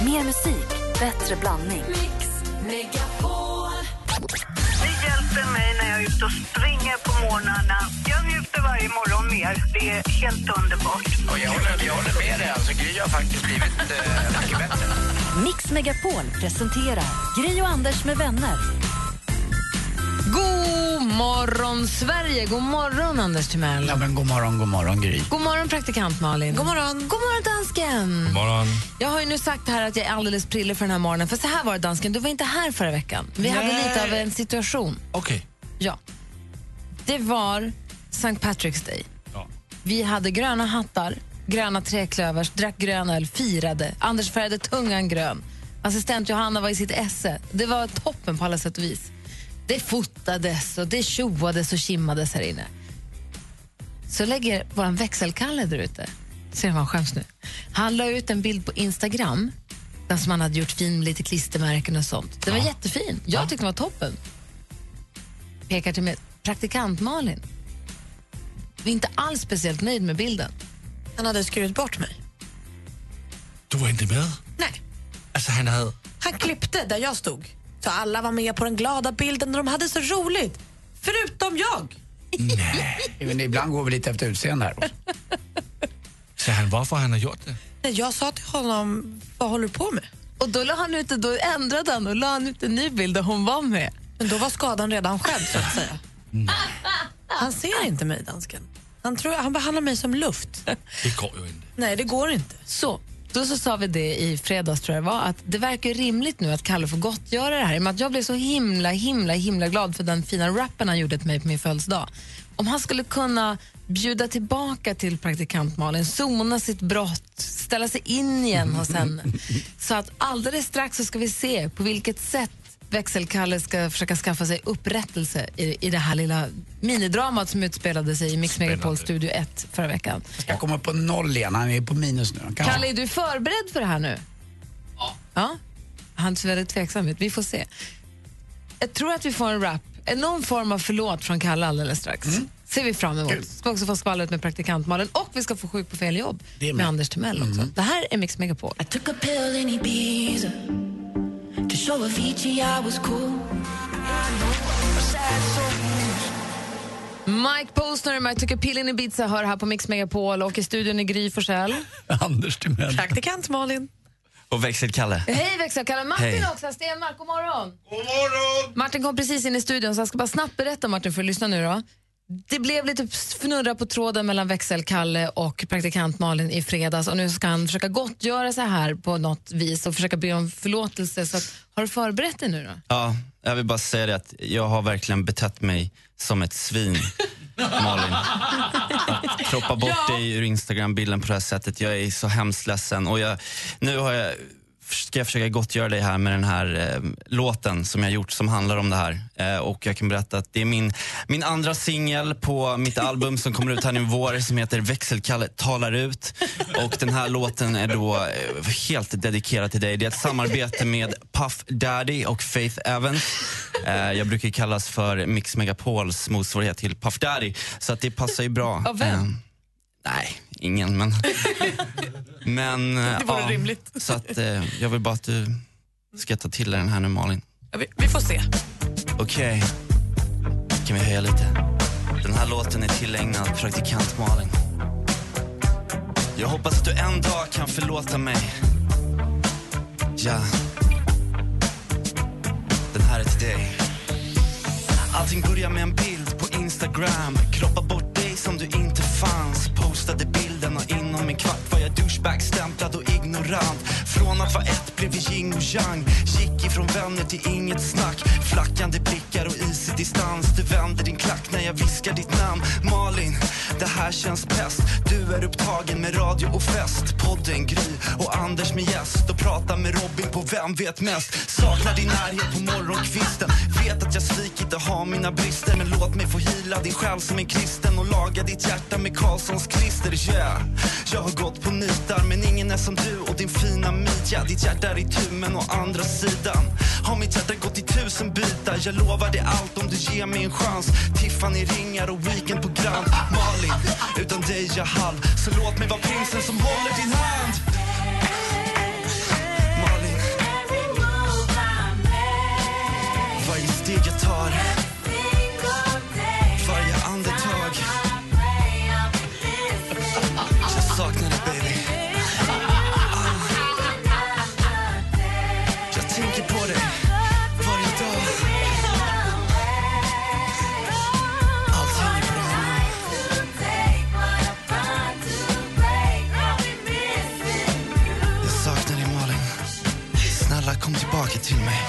Mer musik, bättre blandning. Mix Megapol. Det hjälper mig när jag är ute och springer på morgnarna. Jag njuter varje morgon mer. Det är helt underbart. Och jag håller med dig. Alltså, Gry har faktiskt blivit mycket bättre. Mix Megapol presenterar Gry och Anders med vänner. God morgon, Sverige. God morgon, Anders Timell. Ja, men god morgon, Gry. God morgon, praktikant Malin. God morgon. God morgon, dansken. God morgon. Jag har ju nu sagt här att jag är alldeles prillig för den här morgonen. För så här var det, dansken. Du var inte här förra veckan. Vi hade lite av en situation. Okej. Ja. Det var St. Patrick's Day. Ja. Vi hade gröna hattar, gröna träklövers, drack grön öl, firade. Anders färgade tungan grön. Assistent Johanna var i sitt esse. Det var toppen på alla sätt och vis. Det fotades och det tjoades och kimmades här inne. Så lägger vår växelkalle där ute. Ser man skäms nu. Han la ut en bild på Instagram där som han hade gjort fin med lite klistermärken och sånt. Det var jättefin. Jag tyckte det var toppen. Pekar till mig, praktikant Malin. Jag är inte alls speciellt nöjd med bilden. Han hade skurit bort mig. Du var inte med? Nej. Alltså Han klippte där jag stod. Så alla var med på den glada bilden när de hade så roligt. Förutom jag. Nej, men ibland går vi lite efter utseende här. Så han varför han har gjort det? Nej, jag sa till honom, vad håller du på med? Och då ändrade han och la han ut en ny bild där hon var med. Men då var skadan redan skedd, så att säga. Han ser inte mig, dansken. Han behandlar mig som luft. Det går ju inte. Nej, det går inte. Så sa vi det i fredags, tror jag var, att det verkar rimligt nu att Kalle får gottgöra det här. Men att jag blev så himla glad för den fina rappen han gjorde till mig på min födelsedag. Om han skulle kunna bjuda tillbaka till praktikant Malin, sona sitt brott, ställa sig in igen hos henne. Så att alldeles strax så ska vi se på vilket sätt växelkalle ska försöka skaffa sig upprättelse i det här lilla minidramat som utspelade sig i Mix Megapol Studio 1 förra veckan. Jag kommer på 0 igen, han är på minus nu. Kalle, är du förberedd för det här nu? Ja. Han är väldigt tveksam ut. Vi får se. Jag tror att vi får en rap, någon form av förlåt från Kalle alldeles strax. Ser vi fram emot. Vi ska också få skvallra ut med praktikant Malin och vi ska få Sjuk på fel jobb med Anders Timell också. Det här är Mix Megapol. I took a pill in Ibiza to show Avicii I was cool. Mike Posner med Took a pill in Ibiza hör här på Mix Megapol och i studion är Gry Forssell. Anders Timell. Praktikant Malin. Och växelkalle. Hej växelkalle. Martin också, Stenmark, god morgon. God morgon. Martin kom precis in i studion så jag ska bara snabbt berätta, Martin, för att lyssna nu då. Det blev lite fnurra på tråden mellan växelkalle och praktikant Malin i fredags och nu ska han försöka gottgöra sig här på något vis och försöka be om förlåtelse. Så att, har du förberett dig nu då? Ja, jag vill bara säga det att jag har verkligen betett mig som ett svin, Malin. Att kroppa bort dig ur Instagram-bilden på det här sättet, jag är så hemskt ledsen. Och ska jag försöka gottgöra dig här med den här låten som jag gjort som handlar om det här. Och jag kan berätta att det är min andra singel på mitt album som kommer ut här nu i vår som heter Växelkalle talar ut. Och den här låten är då helt dedikerad till dig. Det är ett samarbete med Puff Daddy och Faith Evans. Jag brukar kallas för Mix Megapols motsvarighet till Puff Daddy. Så att det passar ju bra. Av vem? Nej, ingen, men Det vore rimligt. Så att jag vill bara att du ska ta till dig den här nu, Malin. Ja, vi får se. Okej. Kan vi höja lite? Den här låten är tillägnad praktikant Malin. Jag hoppas att du en dag kan förlåta mig. Ja. Den här är till dig. Allting börjar med en bild på Instagram. Kroppa bort dig som du inte fanns. Postade bilden och inom en kvart var jag douchebag-stämplad och ignorant. Från att vara ett blev vi yin och yang. Gick ifrån vänner till inget snack. Flackande blickar och is i distans. Du vänder din klack när jag viskar ditt namn. Malin, det här känns pest. Du är upptagen med radio och fest. Podden, Gry och Anders med gäst. Och pratar med Robin på Vem vet mest. Saknar din närhet på morgonkvisten. Vet att jag svikit och har mina brister. Men låt mig få hila din själ som en kristen. Och laga ditt hjärta med Karlssons klister. Yeah, jag har gått på nitar. Men ingen är som du och din fina midja. Ditt hjärta är i tummen och andra sidan. Har mitt hjärta gått i 1000 bitar. Jag lovar dig allt om du ger mig en chans. Tiffany ringar och weekend på Grand Malin, utan dig jag halv. Så låt mig vara prinsen som håller din hand. Malin. alla, kom tillbaka till mig.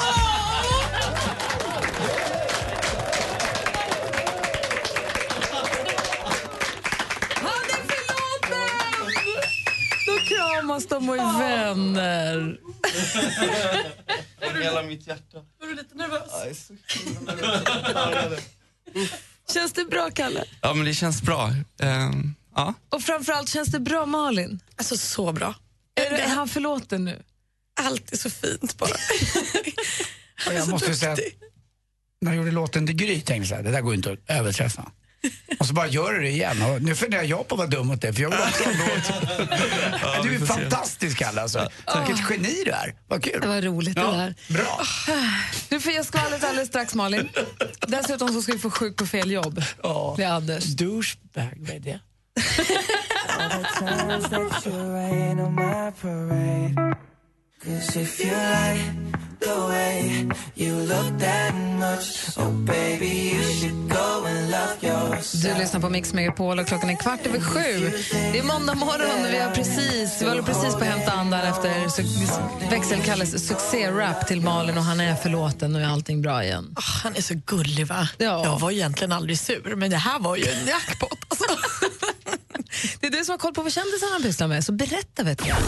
Då kramas de och är vänner. Hela mitt hjärta. Var du lite nervös? Jag är så nervös. Känns det bra, Kalle? Ja, men det känns bra. Ja. Och framförallt känns det bra, Malin? Alltså så bra. Är han förlåten nu? Allt är så fint bara. Jag måste säga att när jag gjorde låten till Gry tänkte jag, det där går inte att överträffa. Och så bara gör det igen. Och nu funderar jag på att vara dum mot det, för jag vill också ha en låt. Ja, du är fantastisk, Kalle. Alltså. Vilket geni du är. Vad kul. Det var roligt det där. Bra. Du får ge skvallret alldeles strax, Malin. Dessutom så ska vi få sjuk på fel jobb. Det är Anders. Douchebag, vad är det? Du lyssnar på Mix Megapol och klockan är 7:15. Det är måndag morgon och vi håller precis på att hämta andan efter växelkalles succé-rap till Malin, och han är förlåten och är allting bra igen. Han är så gullig, va? Ja. Jag var egentligen aldrig sur, men det här var ju en jackpot. Alltså. Det är du som har koll på vad kändisarna pysslar med, så berätta, vet jag.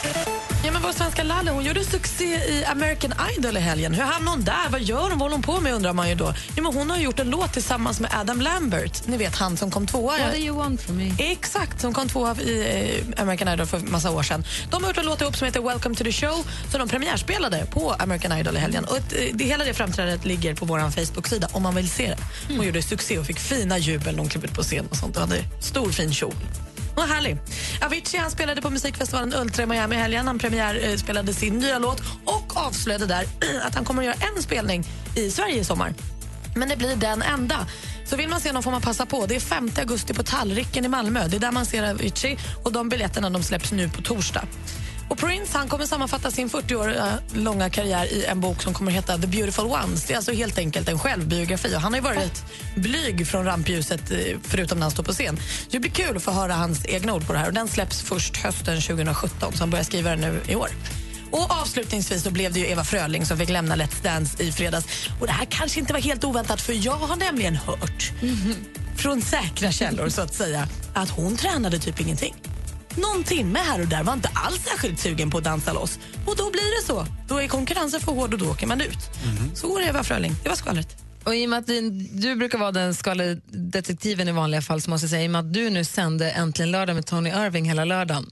Ja, men vår svenska Lalle, hon gjorde succé i American Idol i helgen. Hur hamnade hon där? Vad gör hon? Vad håller hon på med, undrar man ju då. Ja, men hon har gjort en låt tillsammans med Adam Lambert. Ni vet, han som kom tvåa. What do you want from me? Exakt, som kom tvåa i American Idol för massa år sedan. De har gjort en låt ihop som heter Welcome to the Show, som de premiärspelade på American Idol i helgen. Och hela det framträdandet ligger på vår Facebook-sida om man vill se det. Hon gjorde succé och fick fina jubel när hon klev ut på scen och sånt. Och hade stor fin kjol. Vad härlig. Avicii, han spelade på musikfestivalen Ultra i Miami i helgen. Han spelade sin nya låt och avslöjade där att han kommer att göra en spelning i Sverige i sommar. Men det blir den enda. Så vill man se någon får man passa på. Det är 5 augusti på Tallriken i Malmö. Det är där man ser Avicii, och de biljetterna de släpps nu på torsdag. Och Prince, han kommer sammanfatta sin 40-åriga långa karriär i en bok som kommer heta The Beautiful Ones. Det är alltså helt enkelt en självbiografi, och han har ju varit blyg från rampljuset förutom när han står på scen. Så det blir kul att få höra hans egna ord på det här, och den släpps först hösten 2017, så han börjar skriva den nu i år. Och avslutningsvis så blev det ju Eva Fröling som fick lämna Let's Dance i fredags. Och det här kanske inte var helt oväntat, för jag har nämligen hört från säkra källor så att säga att hon tränade typ ingenting. Någon timme här och där, var inte alls särskilt sugen på att dansa loss. Och då blir det så. Då är konkurrensen för hård och då åker man ut. Så går det, Eva Fröling. Det var skvallret. Och i och med att du brukar vara den skvallerdetektiven i vanliga fall, så måste jag säga, i och med att du nu sände Äntligen lördag med Tony Irving hela lördagen.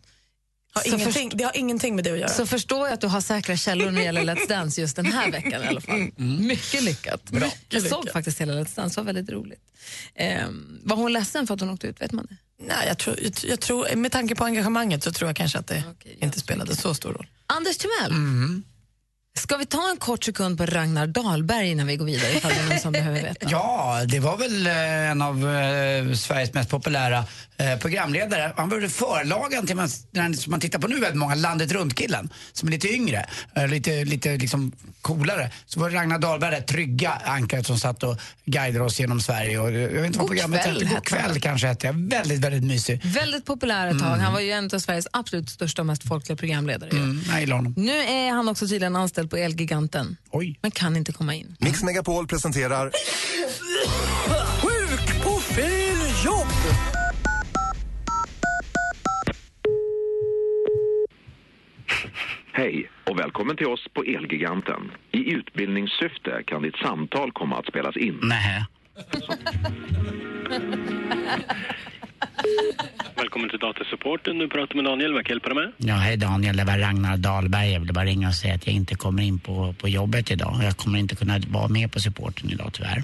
Det har ingenting med det att göra. Så förstår jag att du har säkra källor när det gäller Let's Dance just den här veckan i alla fall. Mycket lyckat. Bra. Jag såg faktiskt hela Let's Dance, det var väldigt roligt. Var hon ledsen för att hon åkte ut, vet man det? Nej, jag tror med tanke på engagemanget så tror jag kanske att det inte spelade så stor roll. Anders Timell, ska vi ta en kort sekund på Ragnar Dahlberg innan vi går vidare, ifall det är någon som behöver veta? Ja, det var väl en av Sveriges mest populära programledare. Han var förlagen till den som man tittar på nu, väldigt många Landet runt-killen som är lite yngre, lite liksom coolare. Så var Ragnar Dahlberg det trygga ankaret som satt och guidade oss genom Sverige. Och jag vet inte vad programmet hette. God kväll kanske hette jag. Väldigt, väldigt mysig. Väldigt populär ett tag. Han var ju en av Sveriges absolut största och mest folkliga programledare. Jag gillar honom. Nu är han också tydligen anställd på Elgiganten. Oj. Men kan inte komma in. Mix Megapol presenterar Sjuk på fel jobb! Hej och välkommen till oss på Elgiganten. I utbildningssyfte kan ditt samtal komma att spelas in. Nej. Välkommen till datasupporten. Du pratar med Daniel. Vad kan jag hjälpa dig med? Ja, hej Daniel. Det var Ragnar Dahlberg. Jag vill bara ringa och säga att jag inte kommer in på jobbet idag. Jag kommer inte kunna vara med på supporten idag, tyvärr.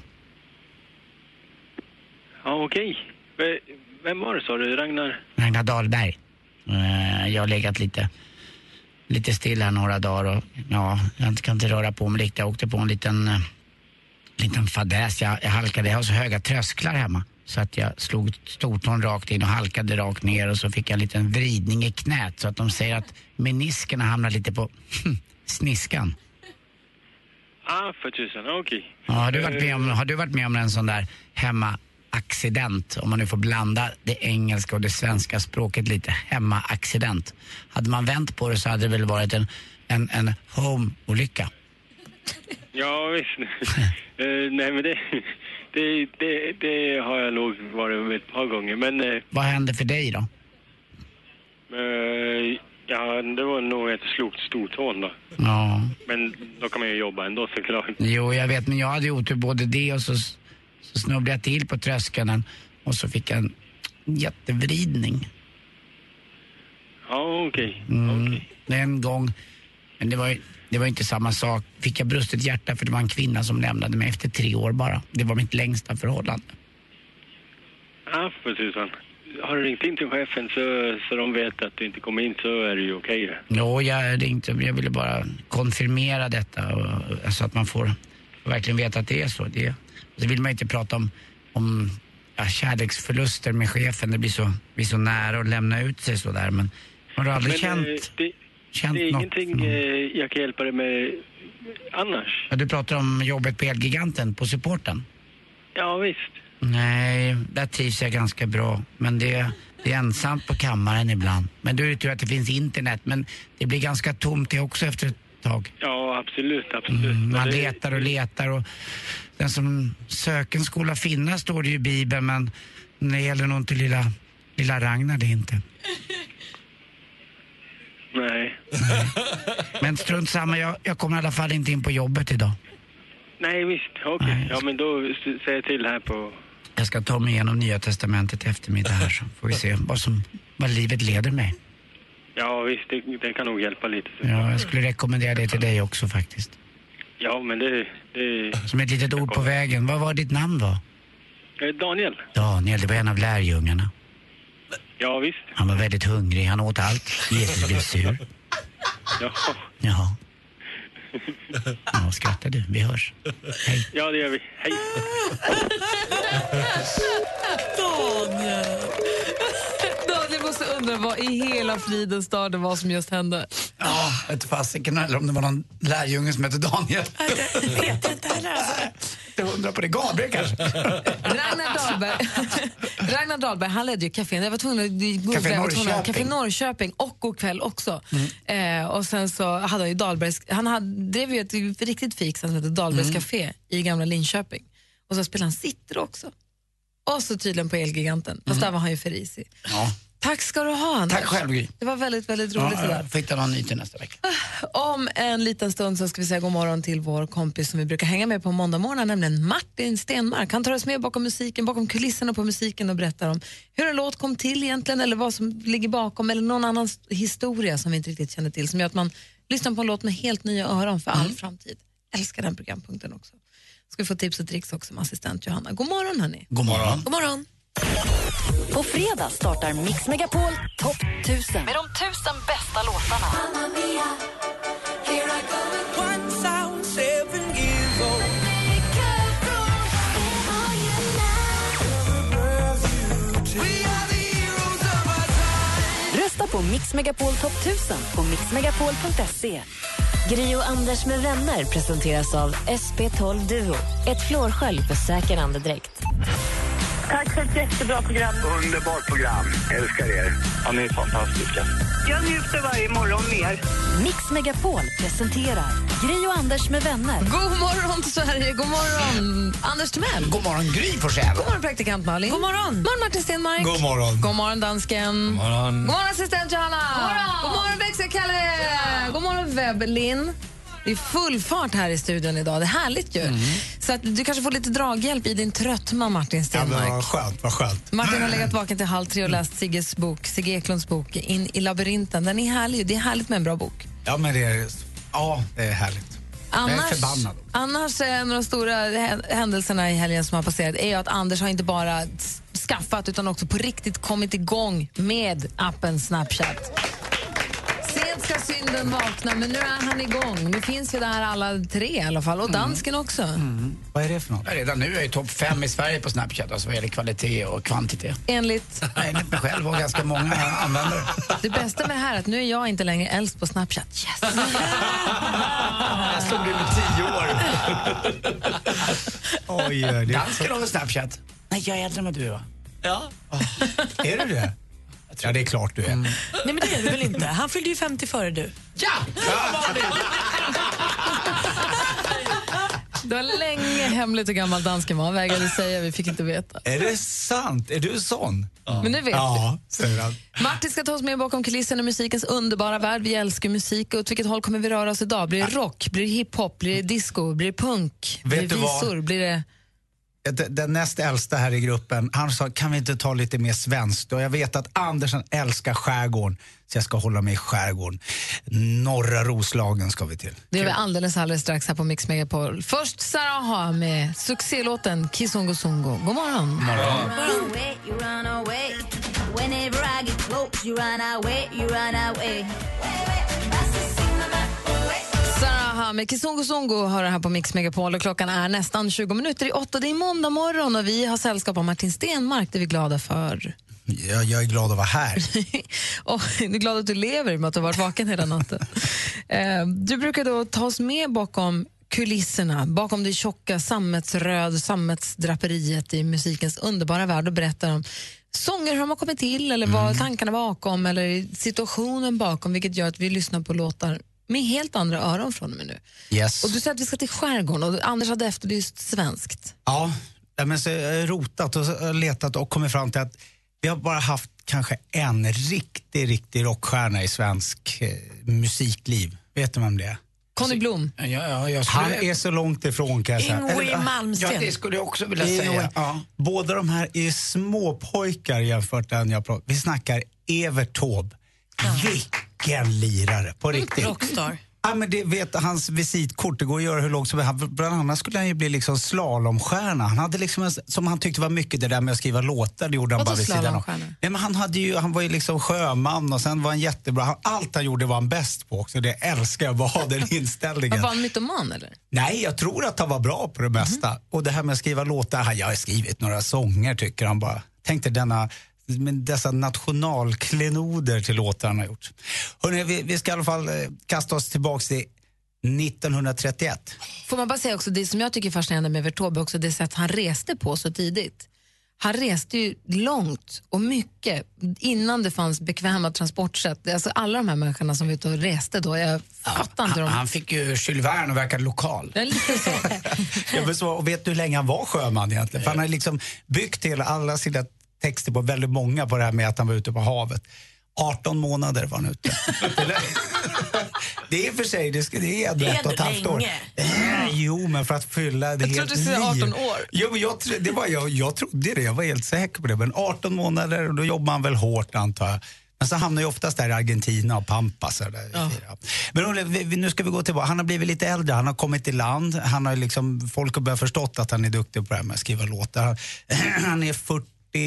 Ja, okej. Vem var det, sa du? Ragnar Dahlberg. Jag har legat lite still här några dagar och ja, jag kan inte röra på mig riktigt. Jag åkte på en liten fadäs. Jag halkade. Jag har så höga trösklar hemma. Så att jag slog stortån rakt in och halkade rakt ner, och så fick jag en liten vridning i knät, så att de säger att meniskerna hamnar lite på sniskan. För tusen, okej. Ja, har du varit med om en sån där hemma hemmaaccident. Om man nu får blanda det engelska och det svenska språket lite. Hemmaaccident. Hade man vänt på det så hade det väl varit en home-olycka. Ja, visst. Nej, men det har jag nog varit med ett par gånger. Men, vad hände för dig då? Ja, det var nog ett stortån då. Ja. Men då kan man ju jobba ändå såklart. Jo, jag vet, men jag hade gjort både det och så snubblade jag till på tröskeln och så fick jag en jättevridning. Ja, okej. En gång, men det var inte samma sak. Fick jag brustet hjärta för det var en kvinna som lämnade mig efter 3 år bara. Det var mitt längsta förhållande. Ja, precis. Har du ringt in till chefen så de vet att du inte kommer in så är det ju okej. Jo, jag ringde, jag ville bara konfirmera detta så att man får verkligen veta att det är så. Det vill man inte prata om kärleksförluster med chefen. Det blir så nära att lämna ut sig så där. Men har du aldrig känt det är ingenting jag kan hjälpa dig med annars. Ja, du pratar om jobbet på Elgiganten, på supporten. Ja, visst. Nej, där trivs jag ganska bra. Men det är ensamt på kammaren ibland. Men då är det tur att det finns internet. Men det blir ganska tomt det också efter ett tag. Ja, absolut. Man letar och letar. Och den som söken skola finnas står det ju i Bibeln. Men när det gäller nog inte lilla Ragnar det inte. Nej. Men strunt samma, jag kommer i alla fall inte in på jobbet idag. Nej, visst. Okej. Ja, men då säger jag till här på... Jag ska ta mig igenom Nya Testamentet eftermiddag här så får vi se vad livet leder mig. Ja, visst. Det kan nog hjälpa lite. Så. Ja, jag skulle rekommendera det till dig också faktiskt. Ja, men det... Som ett litet ord på vägen. Vad var ditt namn då? Daniel. Daniel, det var en av lärjungarna. Ja, visst. Han var väldigt hungrig, han åt allt. Jesus blev sur. Ja. Ja, skrattar du. Vi hörs. Hej. Ja, det gör vi. Hej. Daniel måste undra vad i hela fridens dag det var som just hände. Ja, jag vet fasiken eller om det var någon lärjunge som hette Daniel. Jag vet inte heller alltså. Jag undrar på det, Gabriel kanske. Ragnar Dahlberg, han ledde ju kafén. Jag var tvungen att googla Café Norrköping och God kväll också. Och sen så hade han ju Dahlbergs, drev ju ett riktigt fix som heter Dahlbergs Café i gamla Linköping. Och så spelade han sitter också. Och så tydligen på Elgiganten. Fast där var han ju för risig. Ja. Tack ska du ha, Anders. Tack själv, Gry. Det var väldigt, väldigt roligt det där. Får hitta någon ny till nästa vecka. Om en liten stund så ska vi säga god morgon till vår kompis som vi brukar hänga med på måndagmorgon, nämligen Martin Stenmark. Han tar oss med bakom musiken, bakom kulisserna på musiken och berättar om hur en låt kom till egentligen eller vad som ligger bakom eller någon annan historia som vi inte riktigt känner till som gör att man lyssnar på en låt med helt nya öron för all framtid. Älskar den programpunkten också. Ska vi få tips och tricks också med assistent Johanna. God morgon hörni. God morgon. God morgon. På fredag startar Mix Megapol Topp 1000 med de 1000 bästa låtarna. Rösta på Mix Megapol Topp 1000 på mixmegapol.se. Gri och Anders med vänner presenteras av SP12 Duo. Ett flårskölj för säker andedräkt. Tack för ett jättebra program. Underbart program. Älskar er. Ja, ni är fantastiska. Jag njuter varje morgon mer. Mix Megapol presenterar Gri och Anders med vänner. God morgon Sverige, god morgon Anders Timell. God morgon Gry Forssell. God morgon praktikant Malin. God morgon. God morgon Martin Stenmark. God morgon. God morgon dansken. God morgon. God morgon assistent Johanna. God morgon växelkalle. God morgon Webblin. Det är full fart här i studion idag. Det är härligt ju. Så att du kanske får lite draghjälp i din tröttma Martin Stenmark. Ja, vad skönt. Martin har legat vaken till 2:30 och läst Sigge Eklunds bok In i labyrinten. Den är härlig. Det är härligt med en bra bok. Ja, men det är härligt. Jag är förbannad. Annars en av de stora händelserna i helgen som har passerat är ju att Anders har inte bara skaffat utan också på riktigt kommit igång med appen Snapchat. Sent ska synden vakna, men nu är han igång. Nu finns ju där alla tre i alla fall, och dansken också. Vad är det för något? Redan nu är jag topp 5 i Sverige på Snapchat, alltså vad gäller kvalitet och kvantitet. Enligt mig själv och ganska många användare. det bästa med det här är att nu är jag inte längre äldst på Snapchat. Yes! Jag slog det med 10 år. Oj, det Dansken har Snapchat. Nej, jag är äldre än vad du är, va? Ja. Är du det? Ja, det är klart du är. Nej, men det är du väl inte? Han fyllde ju 50 före du. Ja! Det var länge hemligt och gammal dansken var. Han vägrade säga, vi fick inte veta. Är det sant? Är du sån? Ja. Men nu vet ja, säger han. Martin ska ta oss med bakom kulisserna i musikens underbara värld. Vi älskar musik. Och åt vilket håll kommer vi röra oss idag? Blir det rock? Blir det hiphop? Blir det disco? Blir det punk? Blir det visor? Blir det... Den näst äldsta här i gruppen, han sa, kan vi inte ta lite mer svenskt? Och jag vet att Andersen älskar skärgården, så jag ska hålla mig i skärgården. Norra Roslagen ska vi till. Det är vi alldeles strax här på Mix Megapol. Först Sarah med succélåten Kizungu Zungu. God morgon. God morgon. Sarah med Kizungu Zungu har det här på Mix Megapol och klockan är nästan 20 minuter i 8. Det är måndag morgon och vi har sällskap av Martin Stenmark, det är vi glada för. Ja, jag är glad att vara här. Och du är glad att du lever med att du har varit vaken hela natten. Du brukar då ta oss med bakom kulisserna, bakom det tjocka sammetsdraperiet i musikens underbara värld och berättar om sånger, hur de har kommit till eller vad tankarna bakom eller situationen bakom, vilket gör att vi lyssnar på låtar med helt andra öron från mig nu. Yes. Och du säger att vi ska till skärgården och Anders hade efterlyst svenskt. Ja, men så jag har rotat och letat och kommit fram till att vi har bara haft kanske en riktig rockstjärna i svensk musikliv. Vet du vem det är? Conny Blom. Han är så långt ifrån, kan jag säga. Ingrid Malmsten. Ja, det skulle jag också vilja säga. Ja. Båda de här är små pojkar jämfört med den jag pratar. Vi snackar Evert Taube. Vilken lirare, på riktigt. Rockstar. Ja, men det vet hans visitkort, det går att göra hur långt som helst. Bland annat skulle han ju bli liksom slalomstjärna. Han hade liksom som han tyckte var mycket det där med att skriva låtar, det gjorde han bara vid sidan av. Nej, men han var ju liksom sjöman och sen var han jättebra. Allt han gjorde var han bäst på också. Det älskar jag, bara den inställningen. Var han mytoman eller? Nej, jag tror att han var bra på det mesta. Och det här med att skriva låtar, jag har skrivit några sånger tycker han bara. Tänkte dessa nationalklenoder till låtar han har gjort. Hörrni, vi ska i alla fall kasta oss tillbaka till 1931. Får man bara säga också, det som jag tycker är fascinerande med Evert Taube också, det sätt han reste på så tidigt. Han reste ju långt och mycket innan det fanns bekväma transportsätt. Alltså alla de här människorna som var ute och reste då, jag fattar inte dem. Han fick ju Jules Verne och verkade lokal. Det är lite så. Och vet du hur länge han var sjöman egentligen? För han har liksom byggt hela alla sina texter på väldigt många på det här med att han var ute på havet. 18 månader var han ute. Det är för sig, det är 1,5 år. Jo, men för att fylla det helt liv. Jag trodde du skulle 18 år. Jo, men jag trodde det, jag var helt säker på det. Men 18 månader, och då jobbar han väl hårt antar jag. Men så hamnar ju oftast där i Argentina och Pampas. Ja. Men nu ska vi gå tillbaka. Han har blivit lite äldre, han har kommit i land. Han har liksom, folk har börjat förstått att han är duktig på det här med att skriva låtar. Han är 41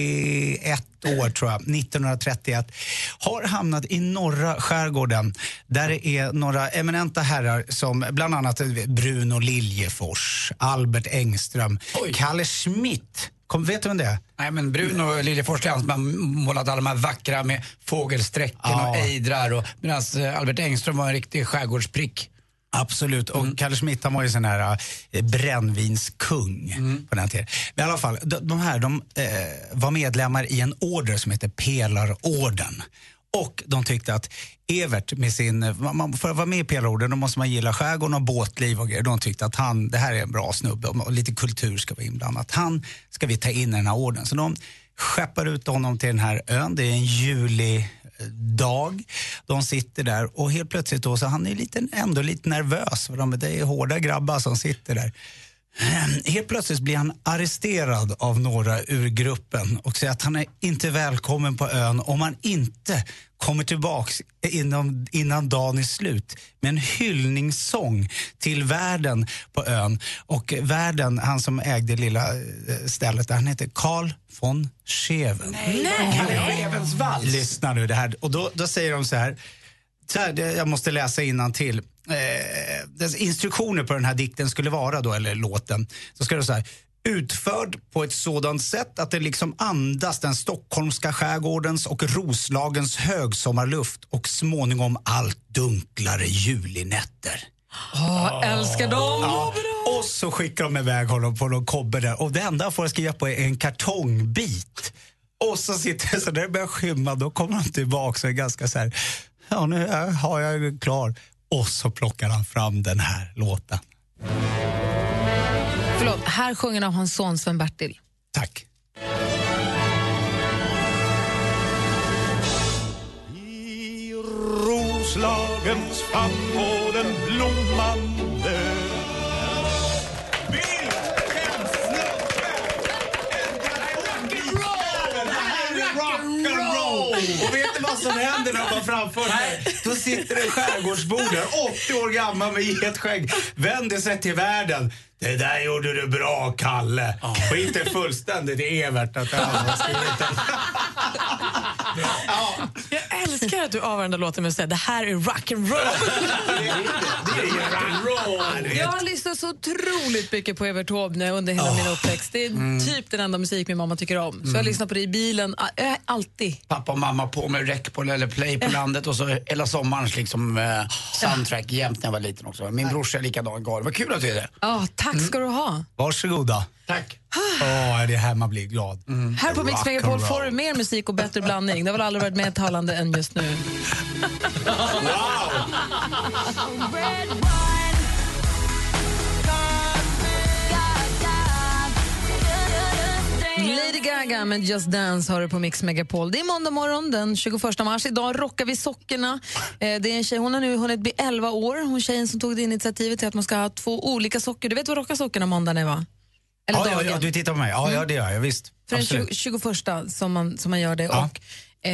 år tror jag, 1931. Har hamnat i norra skärgården. Där det är några eminenta herrar som bland annat Bruno Liljefors, Albert Engström, Kalle Schmidt. Vet du vem det är? Nej, men Bruno Liljefors har målat alla de här vackra med fågelsträcken och ejdrar. Medan Albert Engström var en riktig skärgårdsprick. Absolut, och Kalle Schmidt han var ju sån här brännvinskung på den tiden. Men i alla fall, de var medlemmar i en order som heter Pelarorden. Och de tyckte att Evert med sin, för att vara med i Pelarorden då måste man gilla skärgården och båtliv och grejer. De tyckte att det här är en bra snubbe och lite kultur ska vara inblandat. Han ska vi ta in i den här orden. Så de skeppar ut honom till den här ön, det är en julidag. De sitter där och helt plötsligt då, så han är ändå lite nervös för det är hårda grabbar som sitter där. Helt plötsligt blir han arresterad av några ur gruppen och säger att han är inte välkommen på ön om han inte kommer tillbaks innan dagen är slut med en hyllningssång till värden på ön. Och värden, han som ägde lilla stället där, han heter Carl von Scheven. Nej. Schevens vals. Lyssna nu det här. Och då säger de så här, jag måste läsa innantill. Instruktioner på den här dikten skulle vara då, eller låten, så ska det så här: utförd på ett sådant sätt att det liksom andas den stockholmska skärgårdens och Roslagens högsommarluft och småningom allt dunklare julinätter. Älskar dem. Ja. Och Och så skickar de iväg honom på någon kobbe där. Och det enda jag får skriva på är en kartongbit. Och så sitter jag så där, börjar skymma. Då kommer han tillbaka och är ganska så här, ja, nu har jag den klar. Och så plockar han fram den här låten. Förlåt, här sjunger han av hans son Sven-Bertil. Tack. I Roslagens famn på den blommande Och vet du vad som händer när man framför det? Då sitter en skärgårdsbo där, 80 år gammal med getskägg, vänder sig till världen. Det där gjorde du bra, Kalle. Skit är fullständigt i Evert att han har skrivit den. Ja. Jag älskar att du avvänder låten med att säga det här är rock'n'roll. Det är rock'n'roll. Jag har lyssnat så otroligt mycket på Evert Taube under hela min uppväxt. Det är typ den enda musik min mamma tycker om. Så jag lyssnar på det i bilen alltid. Pappa och mamma på med rec på eller play på landet och så hela sommarens liksom soundtrack jämt när jag var liten också. Min brorsa är likadan gal. Vad kul att du är det. Ja, tack ska du ha. Varsågoda. Tack. Det här man blir glad. Här på Mix Megapol får du mer musik och bättre blandning. Det har väl aldrig varit mer talande än just nu. Lady Gaga med Just Dance har du på Mix Megapol. Det är måndag morgon den 21 mars. Idag rockar vi sockerna. Det är en tjej, hon har nu hunnit bli 11 år. Hon tjejen som tog det initiativet till att man ska ha 2 olika socker. Du vet vad rocka sockerna måndagen är, va? Eller ja, du tittar på mig. Ja, det gör jag, visst. För den 21 som man gör det. Ja. Och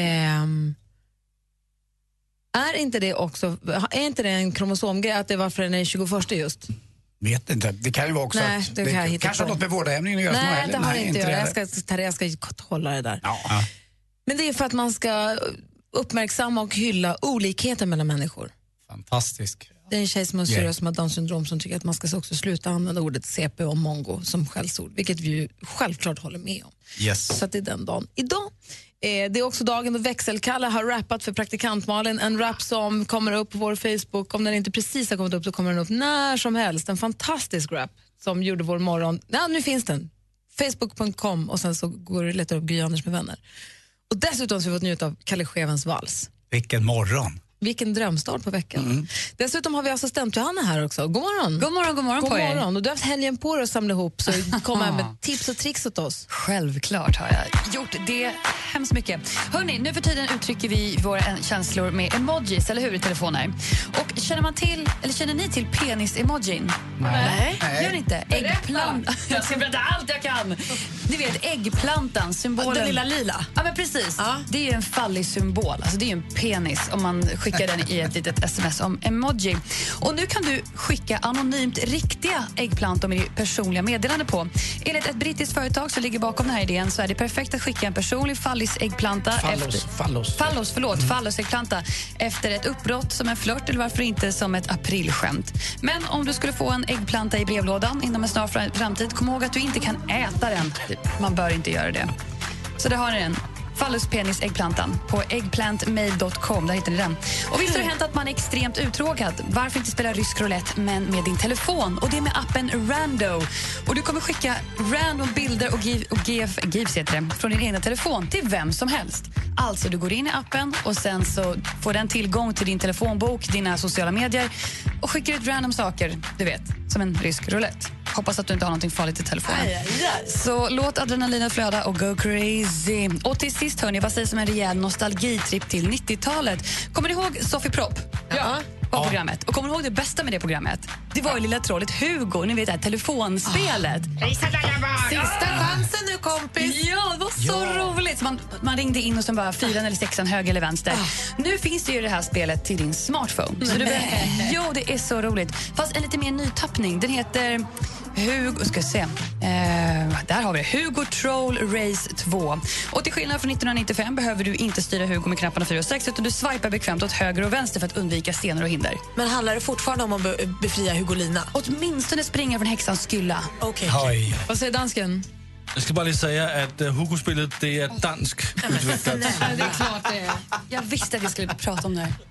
är inte det också, är inte det en kromosomgrej att det är varför den är 21 just? Vet inte, det kan ju vara också. Nej, det kan jag hitta kanske på. Något med vårdämningen att göra. Nej, det har inte jag ska kolla det där. Ja. Men det är för att man ska uppmärksamma och hylla olikheten mellan människor. Fantastisk. Det är en tjej som har syrra som har Downs syndrom som tycker att man ska också sluta använda ordet CP och mongo som skällsord, vilket vi ju självklart håller med om. Yes. Så att det är den dagen. Idag, det är också dagen då Växelkalle har rappat för praktikant Malin. En rap som kommer upp på vår Facebook. Om den inte precis har kommit upp så kommer den upp när som helst. En fantastisk rap som gjorde vår morgon. Ja, nu finns den. Facebook.com och sen så går det letar upp Gry Anders med vänner. Och dessutom så har vi fått njuta av Kalle Schewens vals. Vilken morgon. Vilken drömstart på veckan. Dessutom har vi assistent Johanna här också. God morgon. God morgon på er. Och du har haft helgen på dig att samla ihop så kom här med tips och tricks åt oss. Självklart har jag gjort det hemskt mycket. Hörrni, nu för tiden uttrycker vi våra känslor med emojis, eller hur, i telefoner. Och känner ni till penis-emojin? Nej. Gör ni inte? Äggplanta. Jag ska berätta allt jag kan. Ni vet, äggplantan, symbolen. Den lilla lila. Ja, men precis. Ja. Det är ju en fallis-symbol. Alltså det är ju en penis om man skickar den i ett litet sms om emoji. Och nu kan du skicka anonymt riktiga äggplantor med personliga meddelande på. Enligt ett brittiskt företag som ligger bakom den här idén så är det perfekt att skicka en personlig fallisäggplanta fallosäggplanta efter ett uppbrott som en flört eller varför inte som ett aprilskämt. Men om du skulle få en äggplanta i brevlådan inom en snar framtid, kom ihåg att du inte kan äta den. Man bör inte göra det. Så det har ni den. Falluspenis-äggplantan på eggplantmail.com, där hittar ni den. Och visst har det hänt att man är extremt uttråkad. Varför inte spela rysk roulette men med din telefon? Och det är med appen Rando. Och du kommer skicka random bilder och GIFs från din egna telefon till vem som helst. Alltså du går in i appen och sen så får den tillgång till din telefonbok, dina sociala medier och skickar ut random saker, du vet, som en rysk roulette. Hoppas att du inte har någonting farligt i telefonen. Så låt adrenalinet flöda och go crazy. Och till sist, hörni, vad sägs som en rejäl nostalgitripp till 90-talet? Kommer ni ihåg Sofie Propp? Ja. På programmet. Och kommer ni ihåg det bästa med det programmet? Det var ju lilla trollet Hugo, ni vet det här telefonspelet. Sista chansen nu, kompis. Ja, det var så roligt. Så man ringde in och sen bara 4 eller 6 höger eller vänster. Nu finns det ju det här spelet till din smartphone. Så jo, det är så roligt. Fast en lite mer nytappning. Den heter Hugo, ska se. Där har vi Hugo Troll Race 2. Och till skillnad från 1995 behöver du inte styra Hugo med knapparna 4 och 6 utan du swipar bekvämt åt höger och vänster för att undvika stenar och hinder. Men handlar det fortfarande om att befria Hugolina? Åtminstone springa från häxans skylla. Okej. Vad säger dansken? Jag ska bara lige säga att Hugo-spelet det är dansk utvecklat. Det är klart det är. Jag visste att vi skulle prata om det här.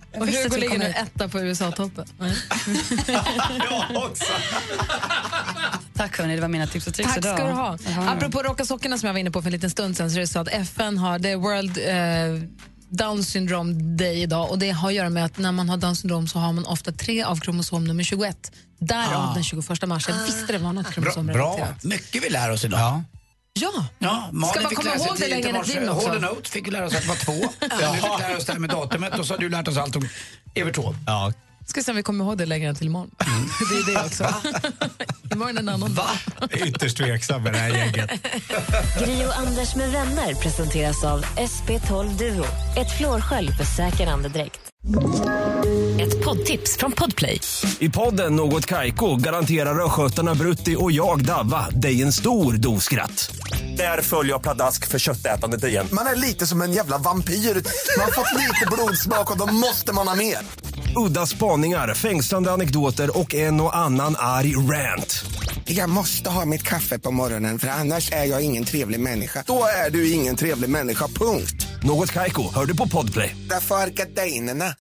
Och Hugo ligger nu etta på USA-toppen. Jag också. Tack hörni, det var mina tips och tricks idag. Tack ska du ha. Apropå rocka sockorna som jag var inne på för en liten stund sedan, så är det så att FN har det World Down Syndrome Day idag, och det har att göra med att när man har Down syndrom så har man ofta 3 av kromosom nummer 21. Därav den 21 mars. Jag visste det var något kromosomrelaterat. Bra, mycket vi lär oss idag. Ja, Malin ska man komma ihåg det längre än ett dygn också? Hold a note fick vi lära oss att det var 2. Nu fick vi lära oss det här med datumet och så har du lärt oss allt om Evert Taube. Ja. Ska se om vi kommer ihåg det längre än till imorgon. Det är det också. Imorgon är en annan. Va? Ytterst tveksam med det här gänget. Gri och Anders med vänner presenteras av SP12 Duo. Ett flårskölj för säker andedräkt. Ett poddtips från Podplay. I podden Något Kaiko garanterar östgötarna Brutti och jag Davva dig en stor doskratt. Där följer jag pladask för köttätandet igen. Man är lite som en jävla vampyr. Man har fått lite blodsmak och då måste man ha mer. Udda spaningar, fängslande anekdoter och en och annan arg rant. Jag måste ha mitt kaffe på morgonen för annars är jag ingen trevlig människa. Då är du ingen trevlig människa, punkt. Något Kaiko, hör du på Podplay. Därför är gardinerna.